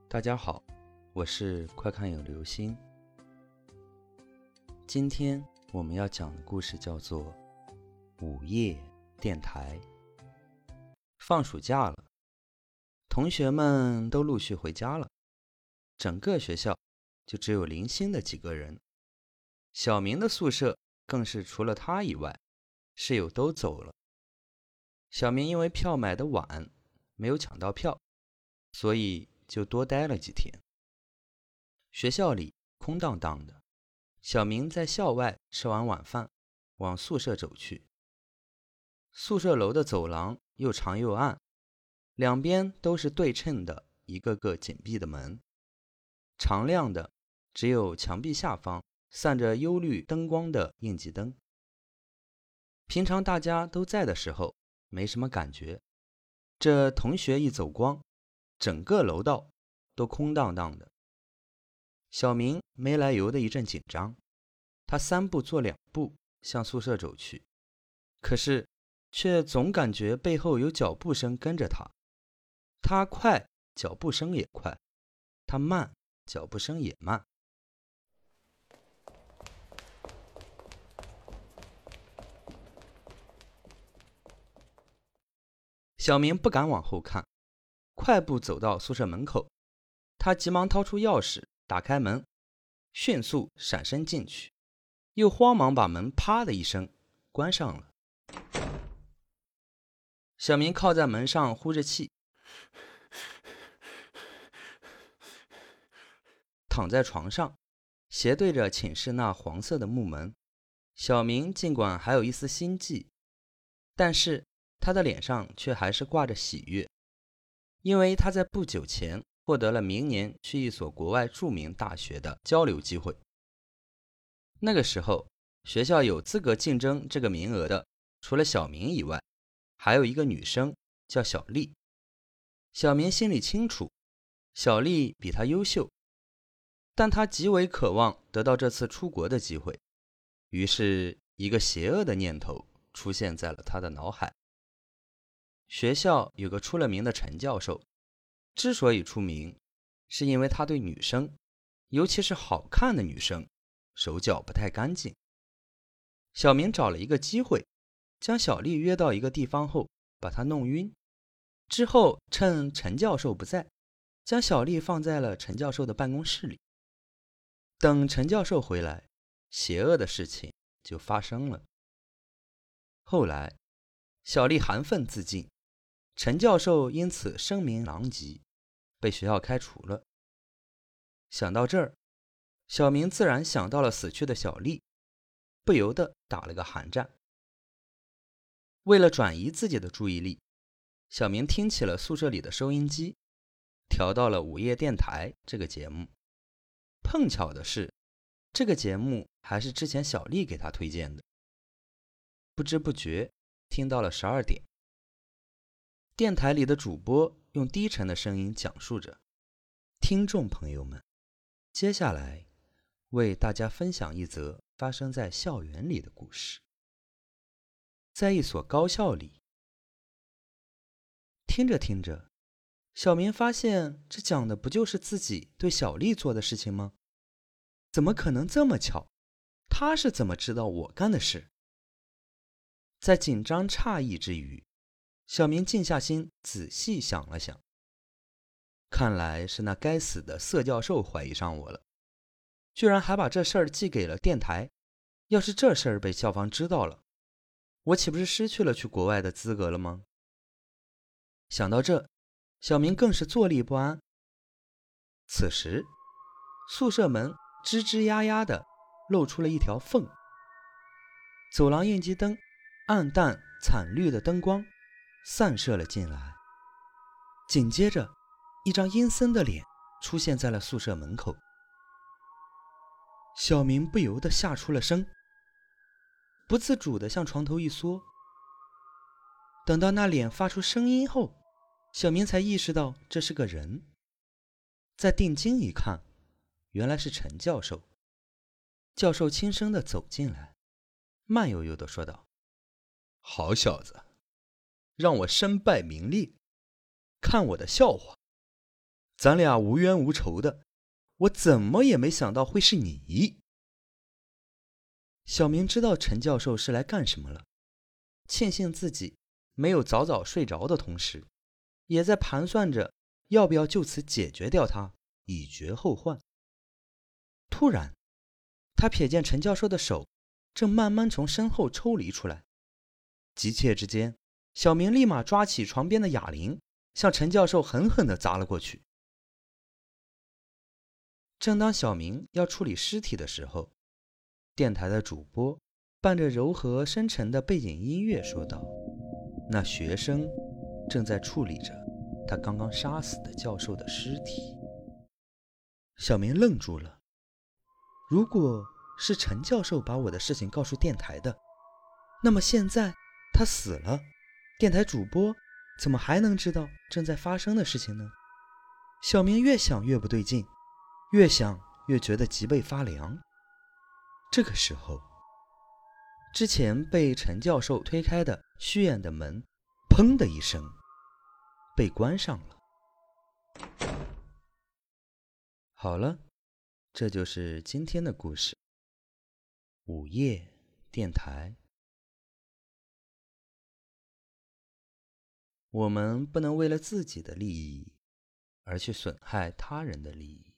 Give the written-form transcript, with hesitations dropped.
大家好，我是快看有流星。今天我们要讲的故事叫做午夜电台。放暑假了，同学们都陆续回家了，整个学校就只有零星的几个人。小明的宿舍更是除了他以外，室友都走了。小明因为票买得晚，没有抢到票，所以就多待了几天。学校里空荡荡的，小明在校外吃完晚饭，往宿舍走去。宿舍楼的走廊又长又暗，两边都是对称的一个个紧闭的门，常亮的只有墙壁下方散着幽绿灯光的应急灯。平常大家都在的时候没什么感觉，这同学一走光，整个楼道都空荡荡的。小明没来由的一阵紧张，他3步做2步向宿舍走去，可是却总感觉背后有脚步声跟着他。他快，脚步声也快；他慢，脚步声也慢。小明不敢往后看，快步走到宿舍门口，他急忙掏出钥匙打开门，迅速闪身进去，又慌忙把门啪的一声关上了。小明靠在门上呼着气，躺在床上，斜对着寝室那黄色的木门。小明尽管还有一丝心悸，但是他的脸上却还是挂着喜悦，因为他在不久前获得了明年去一所国外著名大学的交流机会。那个时候，学校有资格竞争这个名额的，除了小明以外，还有一个女生叫小丽。小明心里清楚，小丽比他优秀，但他极为渴望得到这次出国的机会，于是一个邪恶的念头出现在了他的脑海。学校有个出了名的陈教授，之所以出名，是因为他对女生，尤其是好看的女生，手脚不太干净。小明找了一个机会，将小丽约到一个地方后，把她弄晕，之后趁陈教授不在，将小丽放在了陈教授的办公室里。等陈教授回来，邪恶的事情就发生了。后来，小丽含愤自尽，陈教授因此声名狼藉，被学校开除了。想到这儿，小明自然想到了死去的小丽，不由得打了个寒战。为了转移自己的注意力，小明听起了宿舍里的收音机，调到了午夜电台这个节目。碰巧的是，这个节目还是之前小丽给他推荐的。不知不觉听到了12点，电台里的主播用低沉的声音讲述着：听众朋友们，接下来为大家分享一则发生在校园里的故事。在一所高校里，听着听着，小明发现这讲的不就是自己对小丽做的事情吗？怎么可能这么巧？他是怎么知道我干的事？在紧张诧异之余，小明静下心仔细想了想，看来是那该死的色教授怀疑上我了，居然还把这事儿寄给了电台。要是这事儿被校方知道了，我岂不是失去了去国外的资格了吗？想到这，小明更是坐立不安。此时，宿舍门吱吱呀呀的露出了一条缝，走廊应急灯暗淡惨绿的灯光散射了进来，紧接着一张阴森的脸出现在了宿舍门口。小明不由得吓出了声，不自主地向床头一缩。等到那脸发出声音后，小明才意识到这是个人。再定睛一看，原来是陈教授。教授轻声地走进来，慢悠悠地说道：好小子，让我身败名裂，看我的笑话。 咱俩无冤无仇的，我怎么也没想到会是你。小明知道陈教授是来干什么了，庆幸自己没有早早睡着的同时，也在盘算着要不要就此解决掉他，以绝后患。突然，他瞥见陈教授的手正慢慢从身后抽离出来，急切之间，小明立马抓起床边的哑铃，向陈教授狠狠地砸了过去。正当小明要处理尸体的时候，电台的主播伴着柔和深沉的背景音乐说道：“那学生正在处理着他刚刚杀死的教授的尸体。”小明愣住了。如果是陈教授把我的事情告诉电台的，那么现在他死了，电台主播怎么还能知道正在发生的事情呢？小明越想越不对劲，越想越觉得脊背发凉。这个时候，之前被陈教授推开的虚掩的门砰的一声被关上了。好了，这就是今天的故事。午夜电台。我们不能为了自己的利益而去损害他人的利益。